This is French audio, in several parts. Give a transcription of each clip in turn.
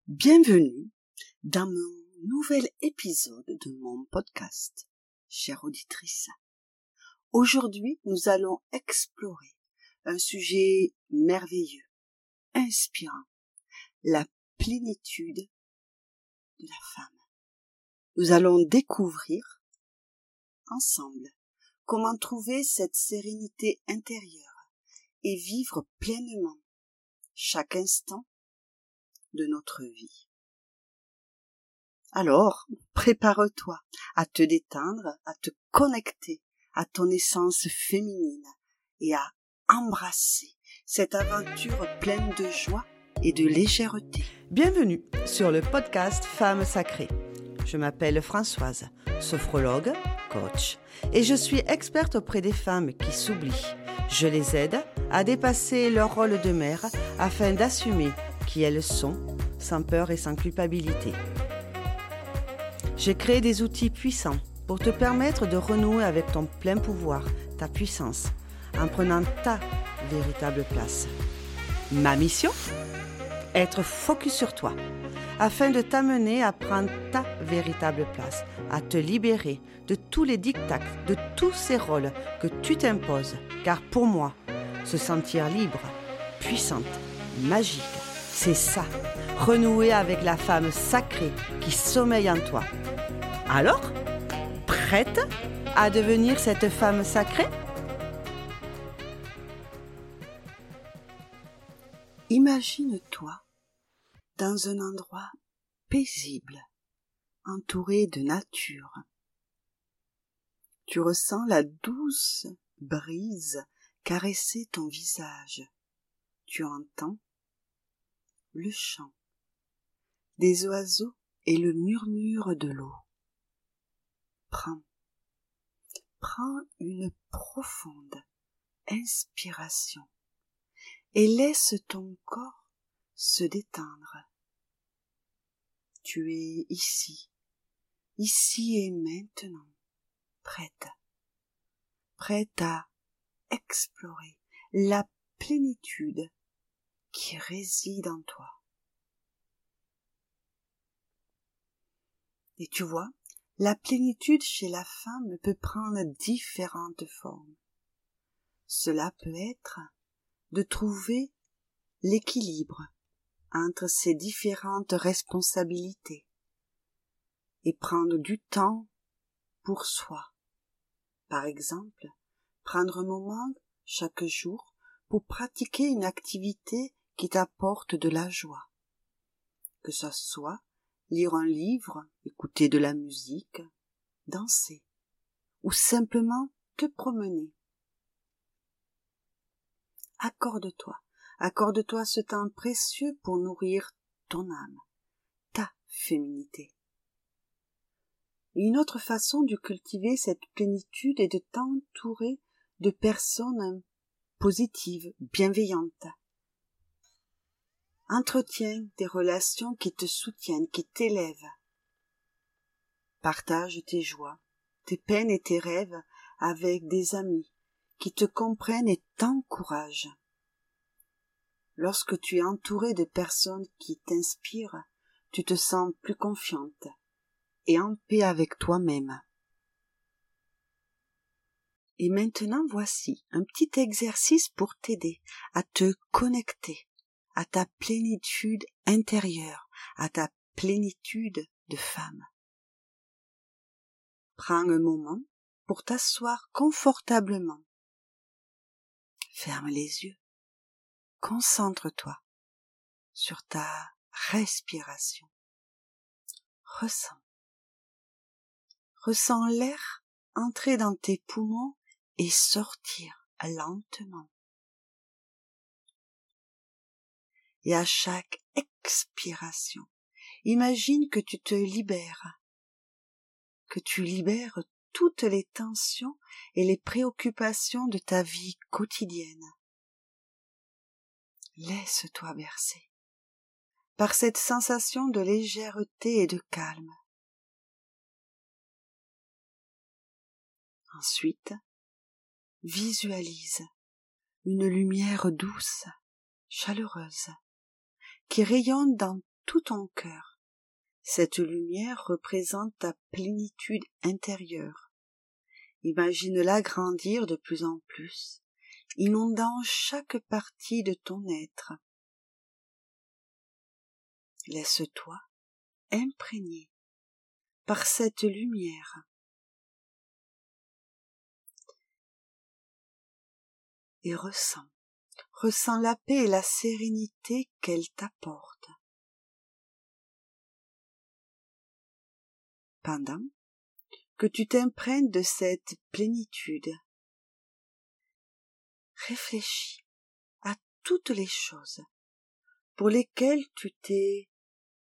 Bienvenue dans mon nouvel épisode de mon podcast, chère auditrice. Aujourd'hui, nous allons explorer un sujet merveilleux, inspirant, la plénitude de la femme. Nous allons découvrir ensemble comment trouver cette sérénité intérieure et vivre pleinement chaque instant de notre vie. Alors, prépare-toi à te détendre, à te connecter à ton essence féminine et à embrasser cette aventure pleine de joie et de légèreté. Bienvenue sur le podcast Femmes Sacrées. Je m'appelle Françoise, sophrologue, coach, et je suis experte auprès des femmes qui s'oublient. Je les aide à dépasser leur rôle de mère afin d'assumer qui elles sont, sans peur et sans culpabilité. J'ai créé des outils puissants pour te permettre de renouer avec ton plein pouvoir, ta puissance, en prenant ta véritable place. Ma mission ? Être focus sur toi, afin de t'amener à prendre ta véritable place, à te libérer de tous les dictats, de tous ces rôles que tu t'imposes. Car pour moi, se sentir libre, puissante, magique, c'est ça, renouer avec la femme sacrée qui sommeille en toi. Alors, prête à devenir cette femme sacrée ? Imagine-toi dans un endroit paisible, entouré de nature. Tu ressens la douce brise caresser ton visage. Tu entends le chant des oiseaux et le murmure de l'eau. Prends une profonde inspiration et laisse ton corps se détendre. Tu es ici et maintenant, prête à explorer la plénitude qui réside en toi. Et tu vois, la plénitude chez la femme peut prendre différentes formes. Cela peut être de trouver l'équilibre entre ses différentes responsabilités et prendre du temps pour soi. Par exemple, prendre un moment chaque jour pour pratiquer une activité qui t'apporte de la joie. Que ce soit lire un livre, écouter de la musique, danser ou simplement te promener. Accorde-toi ce temps précieux pour nourrir ton âme, ta féminité. Une autre façon de cultiver cette plénitude est de t'entourer de personnes positives, bienveillantes. Entretiens des relations qui te soutiennent, qui t'élèvent. Partage tes joies, tes peines et tes rêves avec des amis qui te comprennent et t'encouragent. Lorsque tu es entouré de personnes qui t'inspirent, tu te sens plus confiante et en paix avec toi-même. Et maintenant, voici un petit exercice pour t'aider à te connecter à ta plénitude intérieure, à ta plénitude de femme. Prends un moment pour t'asseoir confortablement. Ferme les yeux. Concentre-toi sur ta respiration. Ressens l'air entrer dans tes poumons et sortir lentement. Et à chaque expiration, imagine que tu te libères, que tu libères toutes les tensions et les préoccupations de ta vie quotidienne. Laisse-toi bercer par cette sensation de légèreté et de calme. Ensuite, visualise une lumière douce, chaleureuse, qui rayonne dans tout ton cœur. Cette lumière représente ta plénitude intérieure. Imagine-la grandir de plus en plus, inondant chaque partie de ton être. Laisse-toi imprégner par cette lumière. Et ressens la paix et la sérénité qu'elle t'apporte. Pendant que tu t'imprègnes de cette plénitude, réfléchis à toutes les choses pour lesquelles tu t'es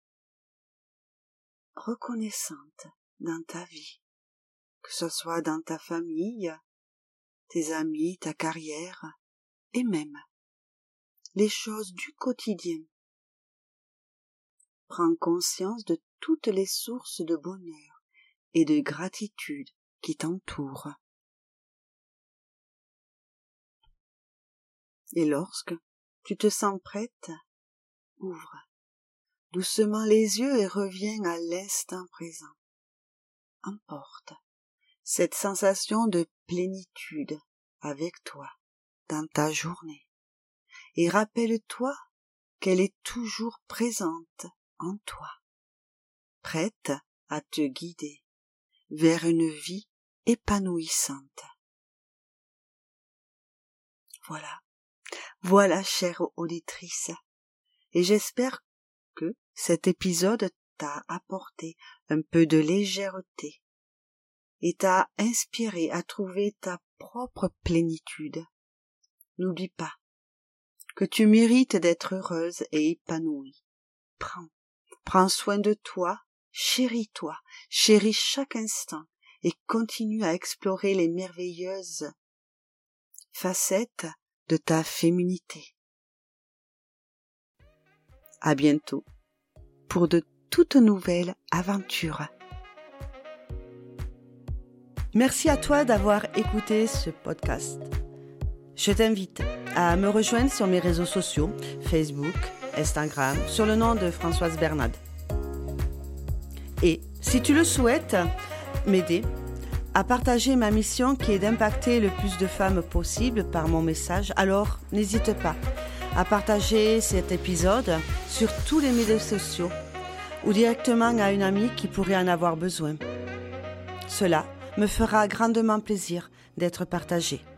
reconnaissante dans ta vie, que ce soit dans ta famille, tes amis, ta carrière, et même les choses du quotidien. Prends conscience de toutes les sources de bonheur et de gratitude qui t'entourent. Et lorsque tu te sens prête, ouvre doucement les yeux et reviens à l'instant présent. Emporte cette sensation de plénitude avec toi dans ta journée et rappelle-toi qu'elle est toujours présente en toi, prête à te guider vers une vie épanouissante. Voilà, chère auditrice, et j'espère que cet épisode t'a apporté un peu de légèreté et t'a inspiré à trouver ta propre plénitude. N'oublie pas que tu mérites d'être heureuse et épanouie. Prends soin de toi, chéris chaque instant et continue à explorer les merveilleuses facettes de ta féminité. À bientôt pour de toutes nouvelles aventures. Merci à toi d'avoir écouté ce podcast. Je t'invite à me rejoindre sur mes réseaux sociaux, Facebook, Instagram, sur le nom de Françoise Bernade. Et si tu le souhaites, m'aider à partager ma mission qui est d'impacter le plus de femmes possible par mon message, alors n'hésite pas à partager cet épisode sur tous les médias sociaux ou directement à une amie qui pourrait en avoir besoin. Cela me fera grandement plaisir d'être partagé.